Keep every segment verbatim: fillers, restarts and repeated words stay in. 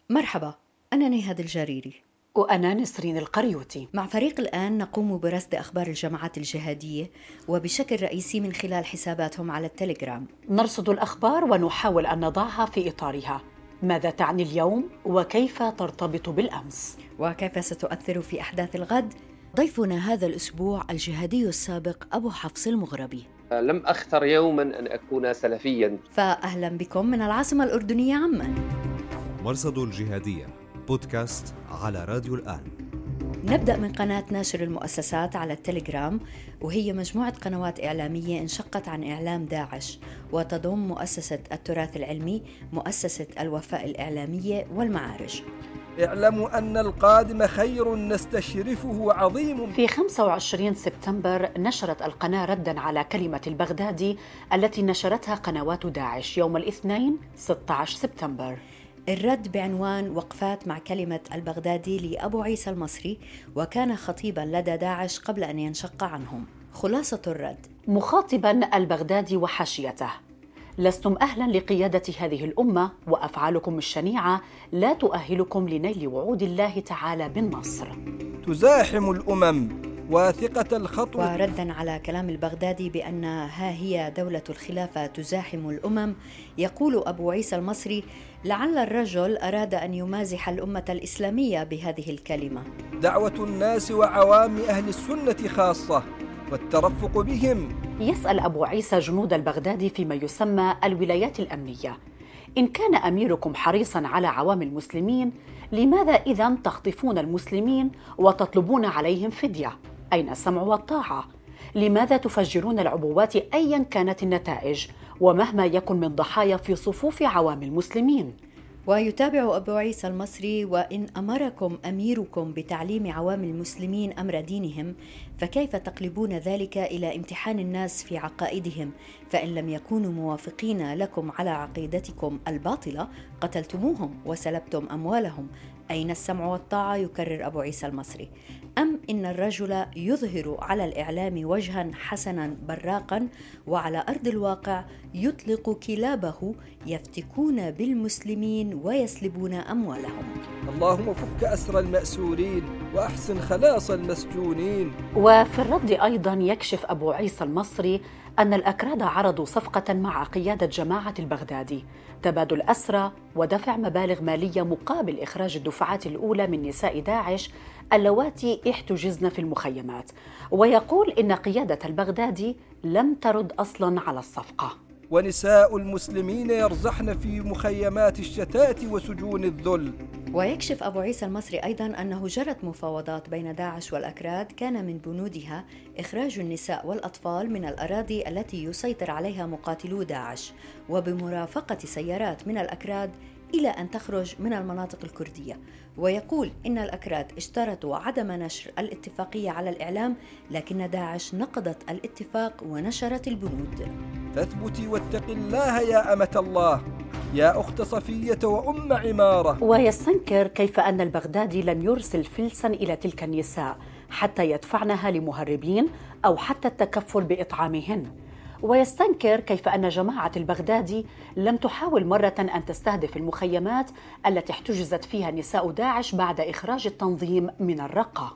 مرحبا، أنا نهاد الجريري وأنا نسرين القريوتي. مع فريق الآن نقوم برصد أخبار الجماعات الجهادية وبشكل رئيسي من خلال حساباتهم على التليجرام. نرصد الأخبار ونحاول أن نضعها في إطارها. ماذا تعني اليوم وكيف ترتبط بالأمس؟ وكيف ستؤثر في أحداث الغد؟ ضيفنا هذا الأسبوع الجهادي السابق أبو حفص المغربي. لم أختر يوما أن أكون سلفيا. فأهلا بكم من العاصمة الأردنية عمان. مرصد الجهادية بودكاست على راديو الآن. نبدأ من قناة ناشر المؤسسات على التليجرام، وهي مجموعة قنوات إعلامية انشقت عن إعلام داعش وتضم مؤسسة التراث العلمي، مؤسسة الوفاء الإعلامية والمعارج. اعلموا أن القادم خير نستشرفه عظيم. في خمسة وعشرين سبتمبر نشرت القناة رداً على كلمة البغدادي التي نشرتها قنوات داعش يوم الاثنين ستة عشر سبتمبر. الرد بعنوان وقفات مع كلمة البغدادي لأبو عيسى المصري، وكان خطيباً لدى داعش قبل أن ينشق عنهم. خلاصة الرد: مخاطباً البغدادي وحاشيته: لستم أهلاً لقيادة هذه الأمة، وأفعالكم الشنيعة لا تؤهلكم لنيل وعود الله تعالى بالنصر. تزاحم الأمم واثقة الخطوة. وردا على كلام البغدادي بأن ها هي دولة الخلافة تزاحم الأمم، يقول أبو عيسى المصري: لعل الرجل أراد أن يمازح الأمة الإسلامية بهذه الكلمة. دعوة الناس وعوام أهل السنة خاصة والترفق بهم. يسأل أبو عيسى جنود البغدادي فيما يسمى الولايات الأمنية: إن كان أميركم حريصاً على عوام المسلمين، لماذا إذن تخطفون المسلمين وتطلبون عليهم فدية؟ أين السمع والطاعة؟ لماذا تفجرون العبوات أياً كانت النتائج ومهما يكن من ضحايا في صفوف عوام المسلمين؟ ويتابع أبو عيسى المصري: وإن أمركم أميركم بتعليم عوام المسلمين أمر دينهم، فكيف تقلبون ذلك إلى امتحان الناس في عقائدهم؟ فإن لم يكونوا موافقين لكم على عقيدتكم الباطلة قتلتموهم وسلبتم أموالهم. أين السمع والطاعة؟ يكرر أبو عيسى المصري. أم إن الرجل يظهر على الإعلام وجها حسنا براقا، وعلى أرض الواقع يطلق كلابه يفتكون بالمسلمين ويسلبون أموالهم. اللهم فك أسر المأسورين وأحسن خلاص المسجونين. وفي الرد أيضا يكشف أبو عيسى المصري أن الأكراد عرضوا صفقة مع قيادة جماعة البغدادي: تبادل أسرى ودفع مبالغ مالية مقابل إخراج الدفعات الأولى من نساء داعش اللواتي احتجزن في المخيمات. ويقول إن قيادة البغدادي لم ترد أصلا على الصفقة. ونساء المسلمين يرزحن في مخيمات الشتات وسجون الذل. ويكشف أبو عيسى المصري أيضاً أنه جرت مفاوضات بين داعش والأكراد كان من بنودها إخراج النساء والأطفال من الأراضي التي يسيطر عليها مقاتلو داعش، وبمرافقة سيارات من الأكراد إلى أن تخرج من المناطق الكردية. ويقول إن الأكراد اشترطوا عدم نشر الاتفاقية على الإعلام، لكن داعش نقضت الاتفاق ونشرت البنود. فاثبتي واتق الله يا أمة الله، يا أخت صفية وأم عمارة. ويستنكر كيف أن البغدادي لم يرسل فلسا إلى تلك النساء حتى يدفعنها لمهربين أو حتى التكفل بإطعامهن. ويستنكر كيف أن جماعة البغدادي لم تحاول مرة أن تستهدف المخيمات التي احتجزت فيها نساء داعش بعد إخراج التنظيم من الرقة.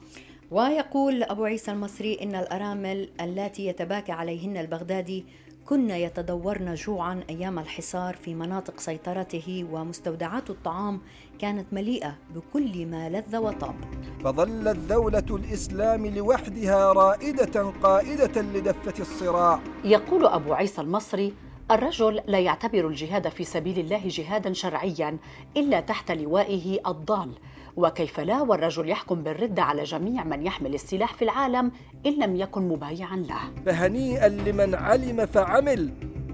ويقول أبو عيسى المصري إن الأرامل اللاتي يتباكى عليهن البغدادي كن يتدورن جوعا أيام الحصار في مناطق سيطرته، ومستودعات الطعام كانت مليئة بكل ما لذ وطاب. فظلت دولة الإسلام لوحدها رائدة قائدة لدفة الصراع. يقول أبو عيسى المصري: الرجل لا يعتبر الجهاد في سبيل الله جهادا شرعيا إلا تحت لوائه الضال، وكيف لا والرجل يحكم بالردة على جميع من يحمل السلاح في العالم إن لم يكن مبايعا له. فهنيئا لمن علم فعمل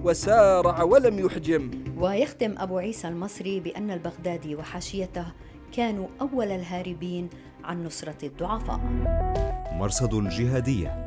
وسارع ولم يحجم. ويختم أبو عيسى المصري بأن البغدادي وحاشيته كانوا أول الهاربين عن نصرة الضعفاء. مرصد الجهادية.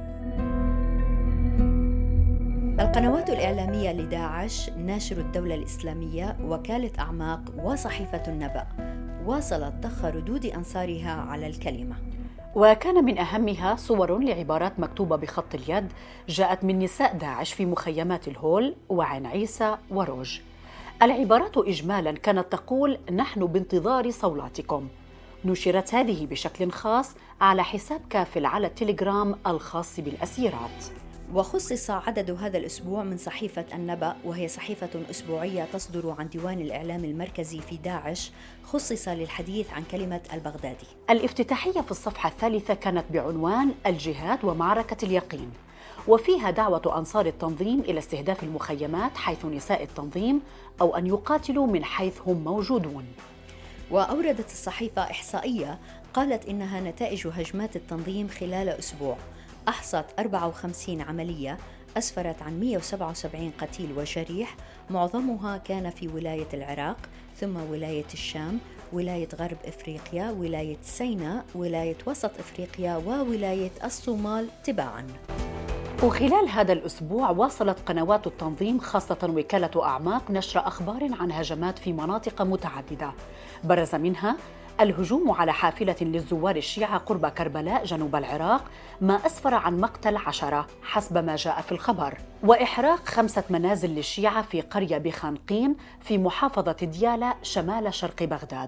القنوات الإعلامية لداعش، ناشر الدولة الإسلامية، وكالة أعماق، وصحيفة النبأ واصلت ضخ ردود أنصارها على الكلمة. وكان من أهمها صور لعبارات مكتوبة بخط اليد جاءت من نساء داعش في مخيمات الهول وعين عيسى وروج. العبارات إجمالاً كانت تقول: نحن بانتظار صولاتكم. نشرت هذه بشكل خاص على حساب كافل على التليجرام الخاص بالأسيرات. وخصص عدد هذا الأسبوع من صحيفة النبأ، وهي صحيفة أسبوعية تصدر عن ديوان الإعلام المركزي في داعش، خصص للحديث عن كلمة البغدادي. الافتتاحية في الصفحة الثالثة كانت بعنوان الجهاد ومعركة اليقين، وفيها دعوة أنصار التنظيم إلى استهداف المخيمات حيث نساء التنظيم، أو أن يقاتلوا من حيث هم موجودون. وأوردت الصحيفة إحصائية قالت إنها نتائج هجمات التنظيم خلال أسبوع، أحصت أربعة وخمسين عملية أسفرت عن مئة وسبعة وسبعين قتيل وجريح، معظمها كان في ولاية العراق، ثم ولاية الشام، ولاية غرب إفريقيا، ولاية سيناء، ولاية وسط إفريقيا، وولاية الصومال تباعاً. وخلال هذا الأسبوع واصلت قنوات التنظيم خاصة وكالة أعماق نشر أخبار عن هجمات في مناطق متعددة، برز منها الهجوم على حافلة للزوار الشيعة قرب كربلاء جنوب العراق، ما أسفر عن مقتل عشرة حسب ما جاء في الخبر، وإحراق خمسة منازل للشيعة في قرية بخانقين في محافظة ديالى شمال شرق بغداد.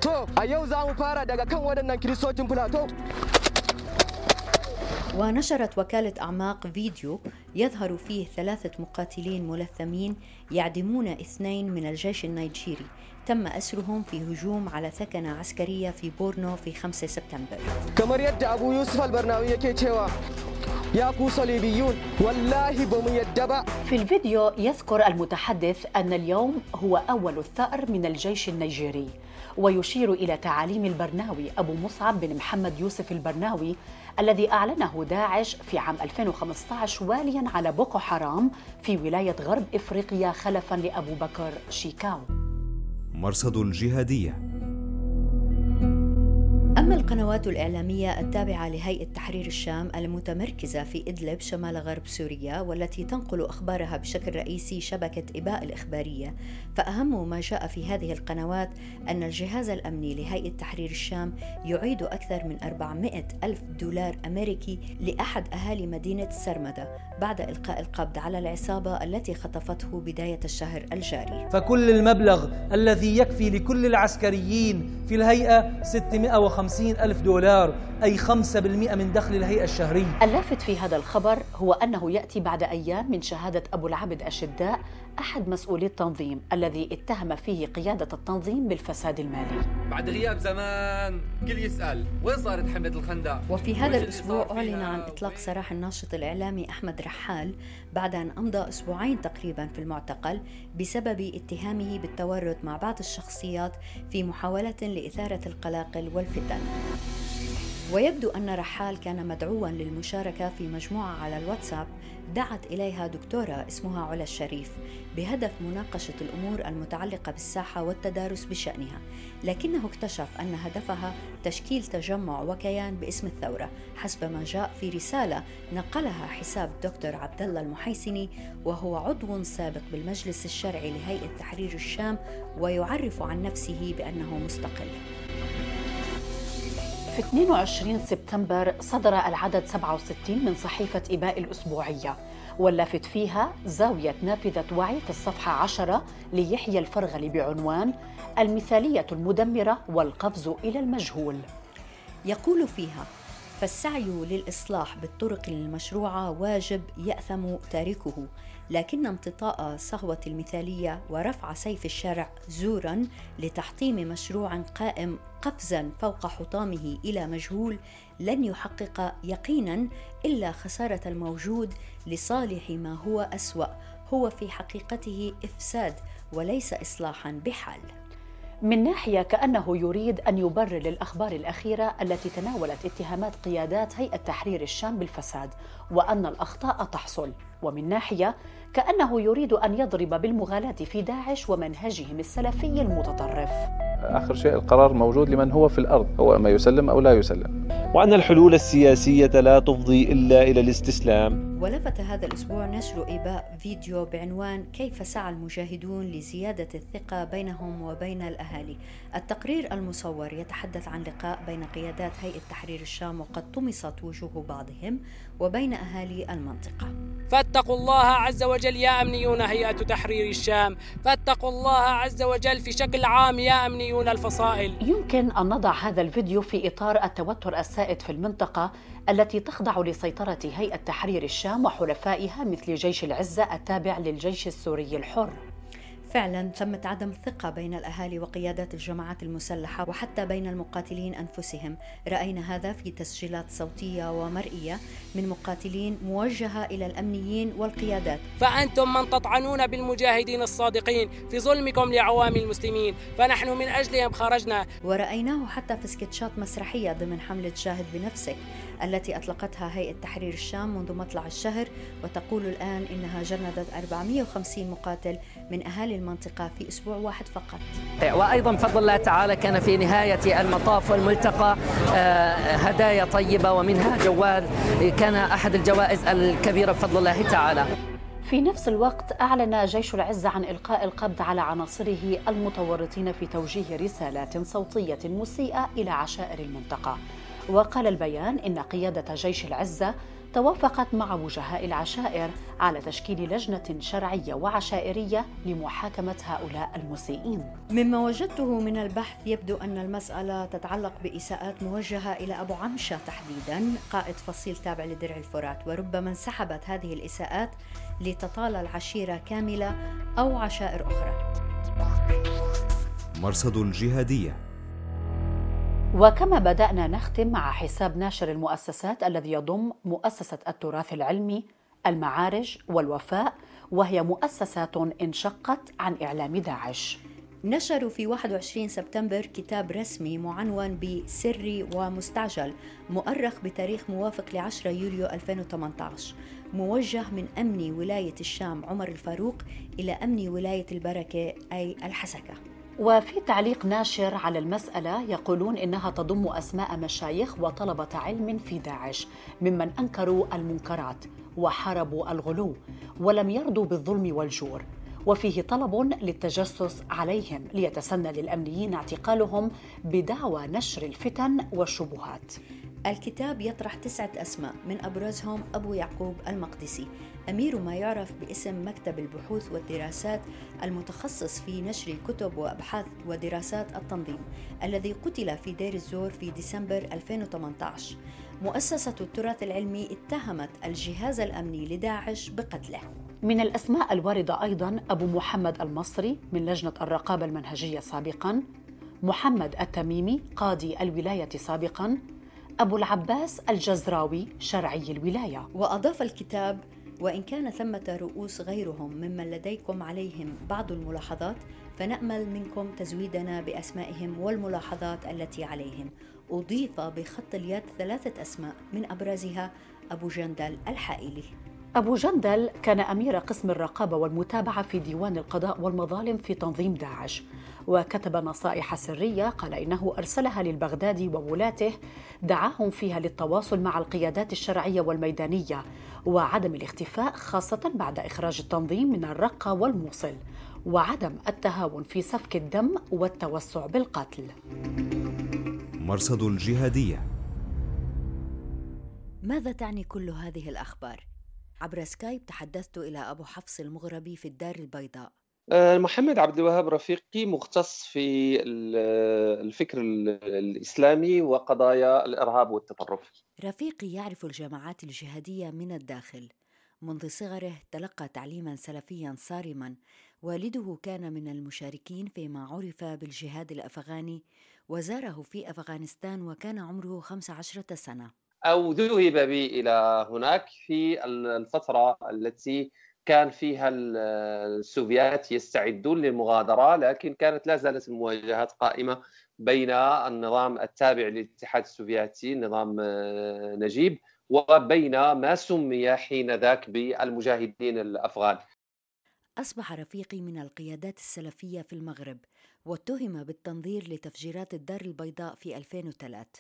ونشرت وكالة أعماق فيديو يظهر فيه ثلاثة مقاتلين ملثمين يعدمون اثنين من الجيش النيجيري، تم أسرهم في هجوم على ثكنة عسكرية في بورنو في خمسة سبتمبر. كما يد أبو يوسف البرناوي كيتشوا يا كو صليبيون والله بم يدبا. في الفيديو يذكر المتحدث أن اليوم هو أول الثأر من الجيش النيجيري، ويشير إلى تعاليم البرناوي أبو مصعب بن محمد يوسف البرناوي الذي أعلنه داعش في عام ألفين وخمسة عشر والياً على بوكو حرام في ولاية غرب إفريقيا خلفاً لأبو بكر شيكاو. مرصد الجهادية. أما القنوات الإعلامية التابعة لهيئة تحرير الشام المتمركزة في إدلب شمال غرب سوريا، والتي تنقل أخبارها بشكل رئيسي شبكة إباء الإخبارية، فأهم ما جاء في هذه القنوات أن الجهاز الأمني لهيئة تحرير الشام يعيد أكثر من أربعمائة ألف دولار أمريكي لأحد أهالي مدينة سرمدة بعد إلقاء القبض على العصابة التي خطفته بداية الشهر الجاري. فكل المبلغ الذي يكفي لكل العسكريين في الهيئة ستمائة وخمسين ألف دولار، أي خمسة بالمئة من دخل الهيئة الشهري. اللافت في هذا الخبر هو أنه يأتي بعد أيام من شهادة أبو العبد أشداء أحد مسؤولي التنظيم الذي اتهم فيه قيادة التنظيم بالفساد المالي. بعد غياب زمان كل يسأل وين صارت حملة الخندق. وفي هذا الأسبوع أعلن عن إطلاق سراح الناشط الإعلامي أحمد رحال بعد أن أمضى أسبوعين تقريبا في المعتقل بسبب اتهامه بالتورط مع بعض الشخصيات في محاولة لإثارة القلاقل والفتن. ويبدو أن رحال كان مدعوا للمشاركة في مجموعة على الواتساب دعت إليها دكتورة اسمها علا الشريف بهدف مناقشة الأمور المتعلقة بالساحة والتدارس بشأنها، لكنه اكتشف أن هدفها تشكيل تجمع وكيان باسم الثورة حسب ما جاء في رسالة نقلها حساب دكتور عبد الله المحيسني، وهو عضو سابق بالمجلس الشرعي لهيئة تحرير الشام ويعرف عن نفسه بأنه مستقل. في اثنين وعشرين سبتمبر صدر العدد سبعة وستين من صحيفة إباء الأسبوعية، واللافت فيها زاوية نافذة وعي في الصفحة عشرة ليحيى الفرغلي بعنوان المثالية المدمرة والقفز إلى المجهول. يقول فيها: فالسعي للإصلاح بالطرق المشروعة واجب يأثم تاركه، لكن امتطاء صهوة المثالية ورفع سيف الشرع زوراً لتحطيم مشروع قائم قفزاً فوق حطامه إلى مجهول لن يحقق يقيناً إلا خسارة الموجود لصالح ما هو أسوأ، هو في حقيقته إفساد وليس إصلاحاً بحال. من ناحية كأنه يريد أن يبرر للأخبار الأخيرة التي تناولت اتهامات قيادات هيئة تحرير الشام بالفساد وأن الأخطاء تحصل، ومن ناحية كأنه يريد أن يضرب بالمغالاة في داعش ومنهجهم السلفي المتطرف. آخر شيء القرار موجود لمن هو في الأرض، هو ما يسلم أو لا يسلم، وأن الحلول السياسية لا تفضي إلا إلى الاستسلام. ولفت هذا الأسبوع نشر إيباء فيديو بعنوان كيف سعى المجاهدون لزيادة الثقة بينهم وبين الأهالي. التقرير المصور يتحدث عن لقاء بين قيادات هيئة تحرير الشام وقد طمست وجوه بعضهم وبين أهالي المنطقة. فاتقوا الله عز وجل يا أمنيون هيئة تحرير الشام، فاتقوا الله عز وجل في شكل عام يا أمنيون الفصائل. يمكن أن نضع هذا الفيديو في إطار التوتر السائد في المنطقة التي تخضع لسيطرة هيئة تحرير الشام وحلفائها مثل جيش العزة التابع للجيش السوري الحر. فعلا تمت عدم الثقة بين الأهالي وقيادات الجماعات المسلحة وحتى بين المقاتلين أنفسهم. رأينا هذا في تسجيلات صوتية ومرئية من مقاتلين موجهة إلى الأمنيين والقيادات. فأنتم من تطعنون بالمجاهدين الصادقين في ظلمكم لعوام المسلمين، فنحن من أجلهم خرجنا. ورأيناه حتى في سكتشات مسرحية ضمن حملة جاهد بنفسك التي أطلقتها هيئة تحرير الشام منذ مطلع الشهر، وتقول الآن إنها جندت أربعمئة وخمسين مقاتل من أهالي المنطقة في أسبوع واحد فقط. وأيضا بفضل الله تعالى كان في نهاية المطاف والملتقى هدايا طيبة ومنها جوال كان أحد الجوائز الكبيرة بفضل الله تعالى. في نفس الوقت أعلن جيش العزة عن إلقاء القبض على عناصره المتورطين في توجيه رسالات صوتية مسيئة إلى عشائر المنطقة. وقال البيان إن قيادة جيش العزة توافقت مع وجهاء العشائر على تشكيل لجنة شرعية وعشائرية لمحاكمة هؤلاء المسيئين. مما وجدته من البحث يبدو أن المسألة تتعلق بإساءات موجهة إلى أبو عمشة تحديداً، قائد فصيل تابع لدرع الفرات، وربما انسحبت هذه الإساءات لتطال العشيرة كاملة أو عشائر أخرى. مرصد الجهادية. وكما بدأنا نختم مع حساب ناشر المؤسسات الذي يضم مؤسسة التراث العلمي، المعارج والوفاء، وهي مؤسسات انشقت عن إعلام داعش. نشروا في واحد وعشرين سبتمبر كتاب رسمي معنون بسري ومستعجل مؤرخ بتاريخ موافق لعشرة يوليو ألفين وثمانية عشر، موجه من أمني ولاية الشام عمر الفاروق إلى أمني ولاية البركة أي الحسكة. وفي تعليق ناشر على المسألة يقولون إنها تضم أسماء مشايخ وطلبة علم في داعش ممن أنكروا المنكرات وحاربوا الغلو ولم يرضوا بالظلم والجور، وفيه طلب للتجسس عليهم ليتسنى للأمنيين اعتقالهم بدعوى نشر الفتن والشبهات. الكتاب يطرح تسعة أسماء من أبرزهم أبو يعقوب المقدسي، أمير ما يعرف باسم مكتب البحوث والدراسات المتخصص في نشر الكتب وأبحاث ودراسات التنظيم، الذي قتل في دير الزور في ديسمبر ألفين وثمانية عشر. مؤسسة التراث العلمي اتهمت الجهاز الأمني لداعش بقتله. من الأسماء الواردة أيضاً أبو محمد المصري من لجنة الرقابة المنهجية سابقاً، محمد التميمي قاضي الولاية سابقاً، أبو العباس الجزراوي شرعي الولاية. وأضاف الكتاب: وإن كان ثمة رؤوس غيرهم ممن لديكم عليهم بعض الملاحظات، فنأمل منكم تزويدنا بأسمائهم والملاحظات التي عليهم. أضيف بخط اليد ثلاثة أسماء من أبرزها أبو جندل الحائلي. أبو جندل كان أمير قسم الرقابة والمتابعة في ديوان القضاء والمظالم في تنظيم داعش، وكتب نصائح سرية قال إنه أرسلها للبغدادي وولاته دعاهم فيها للتواصل مع القيادات الشرعية والميدانية وعدم الاختفاء، خاصة بعد إخراج التنظيم من الرقة والموصل، وعدم التهاون في سفك الدم والتوسع بالقتل. مرصد الجهادية. ماذا تعني كل هذه الأخبار؟ عبر سكايب تحدثت إلى أبو حفص المغربي في الدار البيضاء. محمد عبد الوهاب رفيقي مختص في الفكر الإسلامي وقضايا الإرهاب والتطرف. رفيقي يعرف الجماعات الجهادية من الداخل. منذ صغره تلقى تعليما سلفيا صارما. والده كان من المشاركين فيما عرف بالجهاد الأفغاني، وزاره في أفغانستان وكان عمره خمس عشرة سنة. أو ذهب بي إلى هناك في الفترة التي كان فيها السوفيات يستعدون للمغادرة، لكن كانت لا زالت المواجهات قائمة بين النظام التابع للاتحاد السوفيتي نظام نجيب وبين ما سمي حينذاك بالمجاهدين الأفغان. أصبح رفيقي من القيادات السلفية في المغرب، واتهم بالتنظير لتفجيرات الدار البيضاء في ألفين وثلاثة.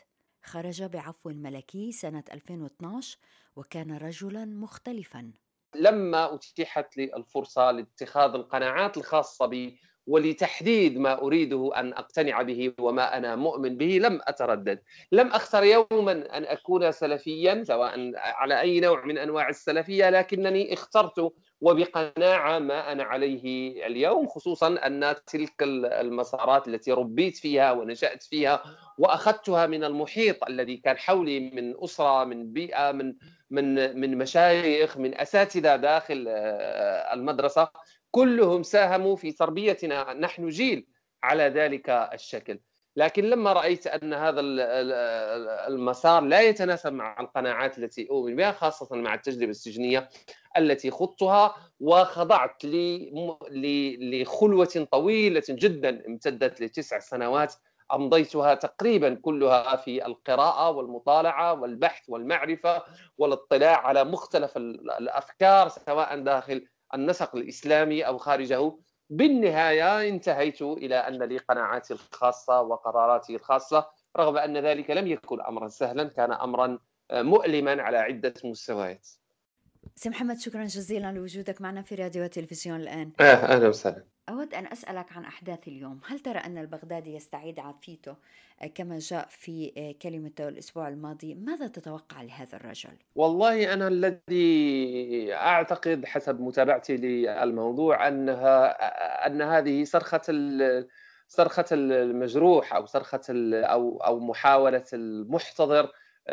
خرج بعفو ملكي سنة ألفين واثنعش وكان رجلا مختلفا. لما أتيحت لي الفرصة لاتخاذ القناعات الخاصة بي ولتحديد ما أريده أن أقتنع به وما أنا مؤمن به لم أتردد. لم أختر يوما أن أكون سلفيا سواء على أي نوع من أنواع السلفية، لكنني اخترت وبقناعة ما أنا عليه اليوم، خصوصا أن تلك المسارات التي ربيت فيها ونشأت فيها وأخذتها من المحيط الذي كان حولي، من أسرة، من بيئة، من من من مشايخ، من أساتذة داخل المدرسة، كلهم ساهموا في تربيتنا نحن جيل على ذلك الشكل. لكن لما رأيت أن هذا المسار لا يتناسب مع القناعات التي أؤمن بها، خاصة مع التجربة السجنية التي خضتها وخضعت لخلوة طويلة جدا امتدت لتسع سنوات أمضيتها تقريبا كلها في القراءة والمطالعة والبحث والمعرفة والاطلاع على مختلف الأفكار سواء داخل النسق الإسلامي أو خارجه. بالنهاية انتهيت إلى أن لي قناعاتي الخاصة وقراراتي الخاصة، رغم أن ذلك لم يكن أمرا سهلا، كان أمرا مؤلما على عدة مستويات. سي محمد، شكرا جزيلا لوجودك معنا في راديو وتلفزيون الآن. آه أهلا وسهلا. أود أن أسألك عن أحداث اليوم. هل ترى أن البغدادي يستعيد عافيته كما جاء في كلمته الأسبوع الماضي؟ ماذا تتوقع لهذا الرجل؟ والله أنا الذي أعتقد حسب متابعتي للموضوع أنها أن هذه صرخة صرخة المجروح أو صرخة أو أو محاولة المحتضر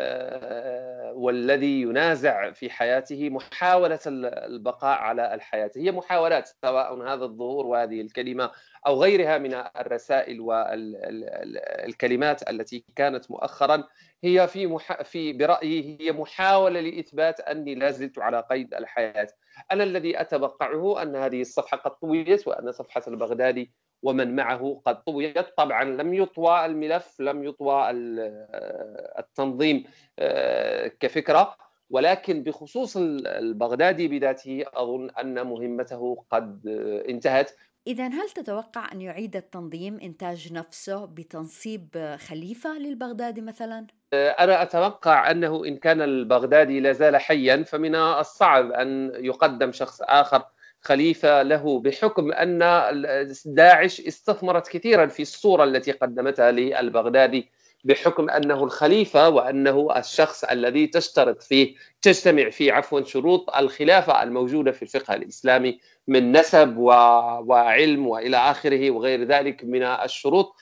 والذي ينازع في حياته، محاولة البقاء على الحياة. هي محاولات، سواء هذا الظهور وهذه الكلمة أو غيرها من الرسائل والكلمات التي كانت مؤخرا، هي في مح... في برأيي هي محاولة لإثبات أني لا زلت على قيد الحياة. أنا الذي أتوقعه أن هذه الصفحة قد طويت، وأن صفحة البغدادي ومن معه قد طويت. طبعا لم يطوى الملف، لم يطوى التنظيم كفكرة، ولكن بخصوص البغدادي بذاته أظن أن مهمته قد انتهت. إذن هل تتوقع أن يعيد التنظيم إنتاج نفسه بتنصيب خليفة للبغدادي مثلا؟ أنا أتوقع أنه إن كان البغدادي لا زال حيا فمن الصعب أن يقدم شخص آخر خليفة له، بحكم أن داعش استثمرت كثيرا في الصورة التي قدمتها للبغدادي، بحكم أنه الخليفة وأنه الشخص الذي تشترط فيه تجتمع فيه عفوا شروط الخلافة الموجودة في الفقه الإسلامي من نسب وعلم وإلى آخره وغير ذلك من الشروط.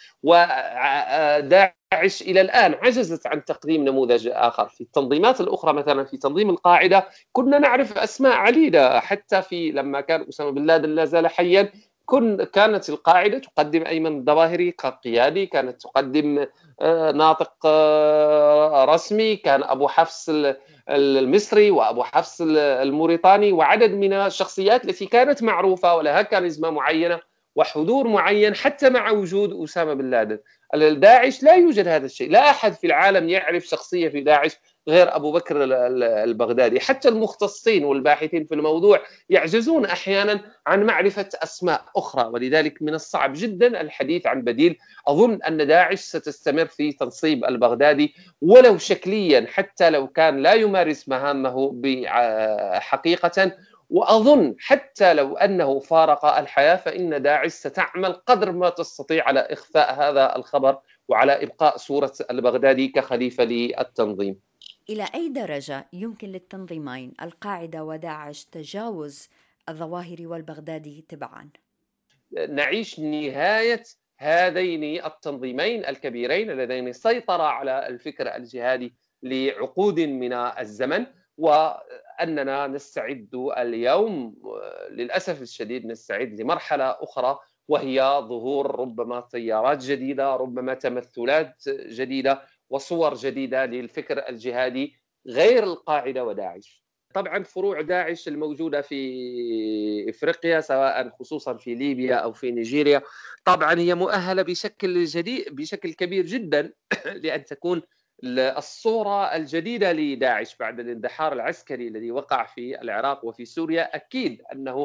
وداعش إلى الآن عجزت عن تقديم نموذج آخر. في التنظيمات الأخرى مثلا في تنظيم القاعدة كنا نعرف أسماء عديدة، حتى في لما كان أسامة بن لادن لا زال حيا كن كانت القاعدة تقدم أيمن الظواهري كقيادي، كانت تقدم ناطق رسمي، كان أبو حفص المصري وأبو حفص الموريتاني وعدد من الشخصيات التي كانت معروفة ولها كاريزما معينة وحضور معين حتى مع وجود أسامة بن لادن. داعش لا يوجد هذا الشيء، لا أحد في العالم يعرف شخصية في داعش غير أبو بكر البغدادي. حتى المختصين والباحثين في الموضوع يعجزون أحيانا عن معرفة أسماء أخرى، ولذلك من الصعب جدا الحديث عن بديل. أظن أن داعش ستستمر في تنصيب البغدادي ولو شكليا، حتى لو كان لا يمارس مهامه حقيقة. وأظن حتى لو أنه فارق الحياة فإن داعش ستعمل قدر ما تستطيع على إخفاء هذا الخبر وعلى إبقاء صورة البغدادي كخليفة للتنظيم. إلى أي درجة يمكن للتنظيمين القاعدة وداعش تجاوز الظواهري والبغدادي تبعا؟ نعيش نهاية هذين التنظيمين الكبيرين اللذين سيطرا على الفكر الجهادي لعقود من الزمن، وأننا نستعد اليوم للأسف الشديد نستعد لمرحلة أخرى، وهي ظهور ربما تيارات جديدة، ربما تمثلات جديدة وصور جديدة للفكر الجهادي غير القاعدة وداعش. طبعا فروع داعش الموجودة في إفريقيا سواء خصوصا في ليبيا أو في نيجيريا طبعا هي مؤهلة بشكل جديد بشكل كبير جدا لأن تكون الصورة الجديدة لداعش بعد الاندحار العسكري الذي وقع في العراق وفي سوريا. أكيد أنه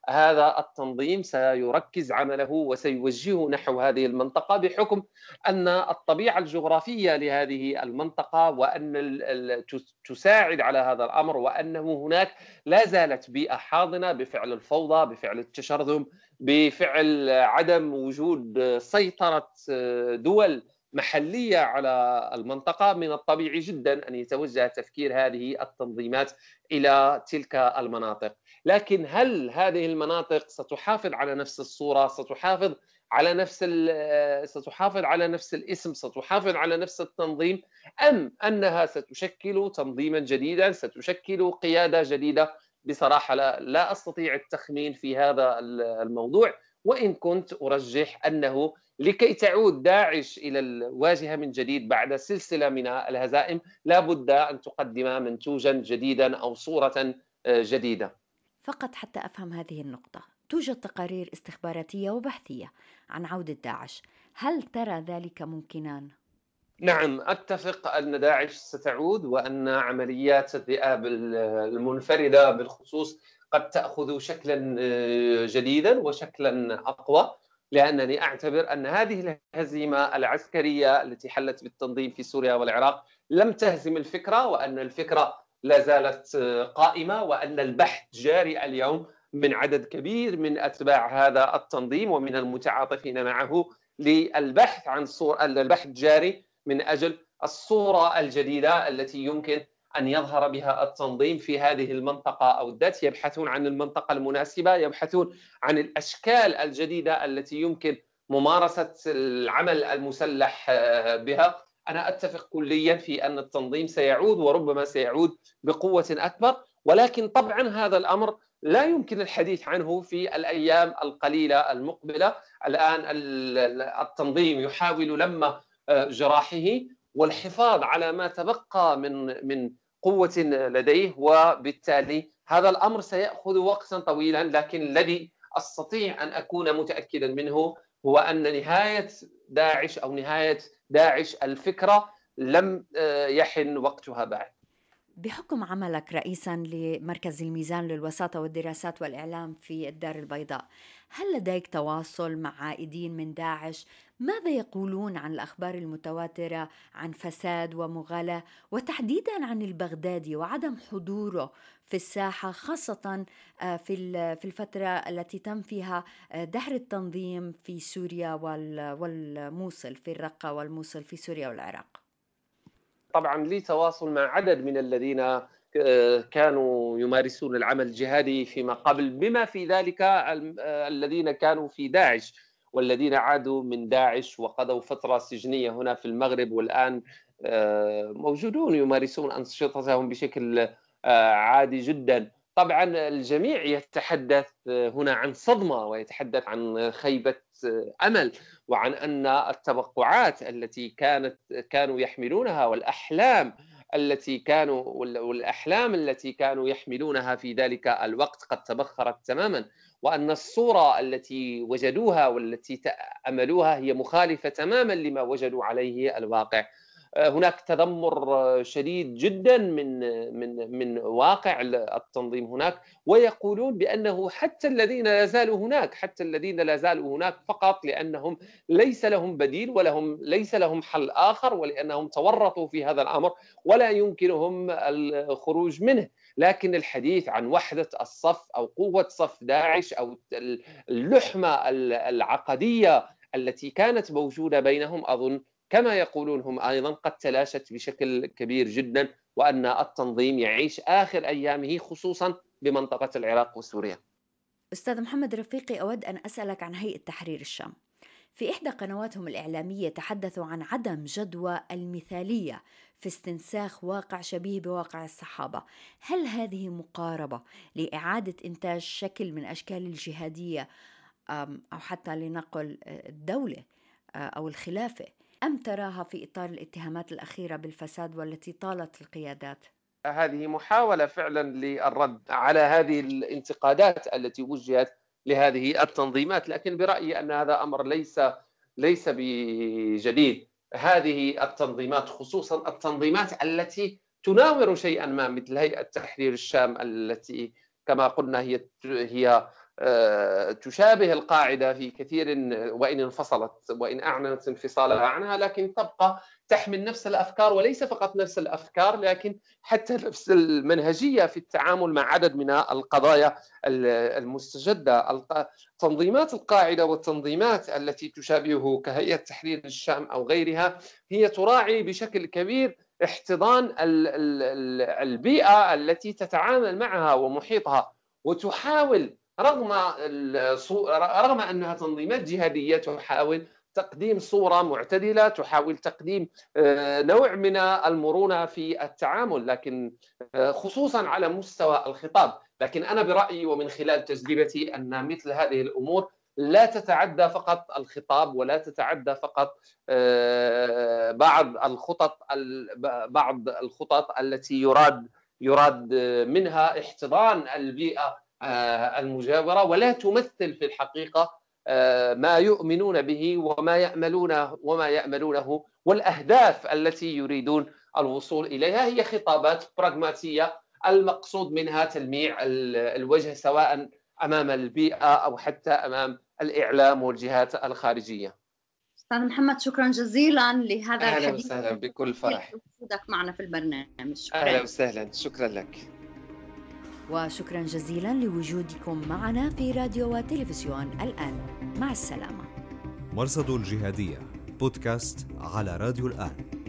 هذا التنظيم سيركز عمله وسيوجهه نحو هذه المنطقة، بحكم أن الطبيعة الجغرافية لهذه المنطقة وأن تساعد على هذا الأمر، وأنه هناك لا زالت بيئة حاضنة بفعل الفوضى، بفعل التشرذم، بفعل عدم وجود سيطرة دول محلية على المنطقة. من الطبيعي جدا أن يتوجه تفكير هذه التنظيمات إلى تلك المناطق. لكن هل هذه المناطق ستحافظ على نفس الصورة، ستحافظ على نفس ستحافظ على نفس الاسم، ستحافظ على نفس التنظيم، أم أنها ستشكل تنظيما جديدا، ستشكل قيادة جديدة؟ بصراحة لا, لا أستطيع التخمين في هذا الموضوع، وإن كنت أرجح أنه لكي تعود داعش إلى الواجهة من جديد بعد سلسلة من الهزائم لا بد أن تقدم منتوجا جديدا أو صورة جديدة. فقط حتى أفهم هذه النقطة، توجد تقارير استخباراتية وبحثية عن عودة داعش، هل ترى ذلك ممكنا؟ نعم، أتفق أن داعش ستعود، وأن عمليات الذئاب المنفردة بالخصوص قد تأخذ شكلا جديدا وشكلا أقوى، لأنني أعتبر أن هذه الهزيمة العسكرية التي حلت بالتنظيم في سوريا والعراق لم تهزم الفكرة، وأن الفكرة لا زالت قائمة، وأن البحث جاري اليوم من عدد كبير من أتباع هذا التنظيم ومن المتعاطفين معه للبحث عن صورة، البحث جاري من أجل الصورة الجديدة التي يمكن أن يظهر بها التنظيم في هذه المنطقة أو الذات. يبحثون عن المنطقة المناسبة، يبحثون عن الأشكال الجديدة التي يمكن ممارسة العمل المسلح بها. أنا أتفق كليا في أن التنظيم سيعود، وربما سيعود بقوة أكبر، ولكن طبعا هذا الأمر لا يمكن الحديث عنه في الأيام القليلة المقبلة. الآن التنظيم يحاول لم جراحه والحفاظ على ما تبقى من من قوة لديه، وبالتالي هذا الأمر سيأخذ وقتا طويلا. لكن الذي أستطيع أن أكون متأكدا منه هو أن نهاية داعش أو نهاية داعش الفكرة لم يحن وقتها بعد. بحكم عملك رئيسا لمركز الميزان للوساطة والدراسات والإعلام في الدار البيضاء، هل لديك تواصل مع عائدين من داعش؟ ماذا يقولون عن الأخبار المتواترة عن فساد ومغالاة، وتحديدا عن البغدادي وعدم حضوره في الساحة، خاصة في الفترة التي تم فيها دحر التنظيم في سوريا والموصل في الرقة والموصل في سوريا والعراق؟ طبعا لي تواصل مع عدد من الذين كانوا يمارسون العمل الجهادي فيما قبل، بما في ذلك الذين كانوا في داعش والذين عادوا من داعش وقضوا فترة سجنية هنا في المغرب، والآن موجودون يمارسون أنشطتهم بشكل عادي جدا. طبعا الجميع يتحدث هنا عن صدمة، ويتحدث عن خيبة أمل، وعن أن التوقعات التي كانت كانوا يحملونها والأحلام التي كانوا والأحلام التي كانوا يحملونها في ذلك الوقت قد تبخرت تماما، وأن الصورة التي وجدوها والتي تأملوها هي مخالفة تماما لما وجدوا عليه الواقع. هناك تذمر شديد جدا من من من واقع التنظيم هناك، ويقولون بأنه حتى الذين لا زالوا هناك حتى الذين لا زالوا هناك فقط لأنهم ليس لهم بديل ولهم ليس لهم حل آخر، ولأنهم تورطوا في هذا الأمر ولا يمكنهم الخروج منه. لكن الحديث عن وحدة الصف أو قوة صف داعش أو اللحمة العقدية التي كانت موجودة بينهم أظن كما يقولون هم أيضا قد تلاشت بشكل كبير جدا، وأن التنظيم يعيش آخر أيامه خصوصا بمنطقة العراق وسوريا. أستاذ محمد رفيقي، أود أن أسألك عن هيئة تحرير الشام. في إحدى قنواتهم الإعلامية تحدثوا عن عدم جدوى المثالية في استنساخ واقع شبيه بواقع الصحابة. هل هذه مقاربة لإعادة إنتاج شكل من أشكال الجهادية أو حتى لنقل الدولة أو الخلافة، أم تراها في إطار الاتهامات الأخيرة بالفساد والتي طالت القيادات؟ هذه محاولة فعلا للرد على هذه الانتقادات التي وجهت لهذه التنظيمات، لكن برأيي أن هذا أمر ليس ليس بجديد. هذه التنظيمات خصوصا التنظيمات التي تناور شيئا ما مثل هيئة تحرير الشام التي كما قلنا هي هي تشابه القاعدة في كثير، وإن انفصلت وإن أعلنت انفصالها عنها، لكن تبقى تحمل نفس الأفكار، وليس فقط نفس الأفكار لكن حتى نفس المنهجية في التعامل مع عدد من القضايا المستجدة. تنظيمات القاعدة والتنظيمات التي تشابهه كهيئة تحرير الشام أو غيرها هي تراعي بشكل كبير احتضان البيئة التي تتعامل معها ومحيطها، وتحاول رغم رغم أنها تنظيمات جهادية تحاول تقديم صورة معتدلة، تحاول تقديم نوع من المرونة في التعامل، لكن خصوصا على مستوى الخطاب. لكن أنا برأيي ومن خلال تجربتي أن مثل هذه الأمور لا تتعدى فقط الخطاب، ولا تتعدى فقط بعض الخطط بعض الخطط التي يراد يراد منها احتضان البيئة المجاورة، ولا تمثل في الحقيقة ما يؤمنون به وما يأملونه وما يأملونه والأهداف التي يريدون الوصول إليها. هي خطابات براغماتية المقصود منها تلميع الوجه سواء أمام البيئة أو حتى أمام الإعلام والجهات الخارجية. أستاذ محمد، شكرا جزيلا لهذا أهلا الحديث. وسهلا بكل فرح. وجودك معنا في البرنامج. شكرا. أهلا وسهلا، شكرا لك. وشكرا جزيلا لوجودكم معنا في راديو وتلفزيون الآن. مع السلامة. مرصد الجهادية بودكاست على راديو الآن.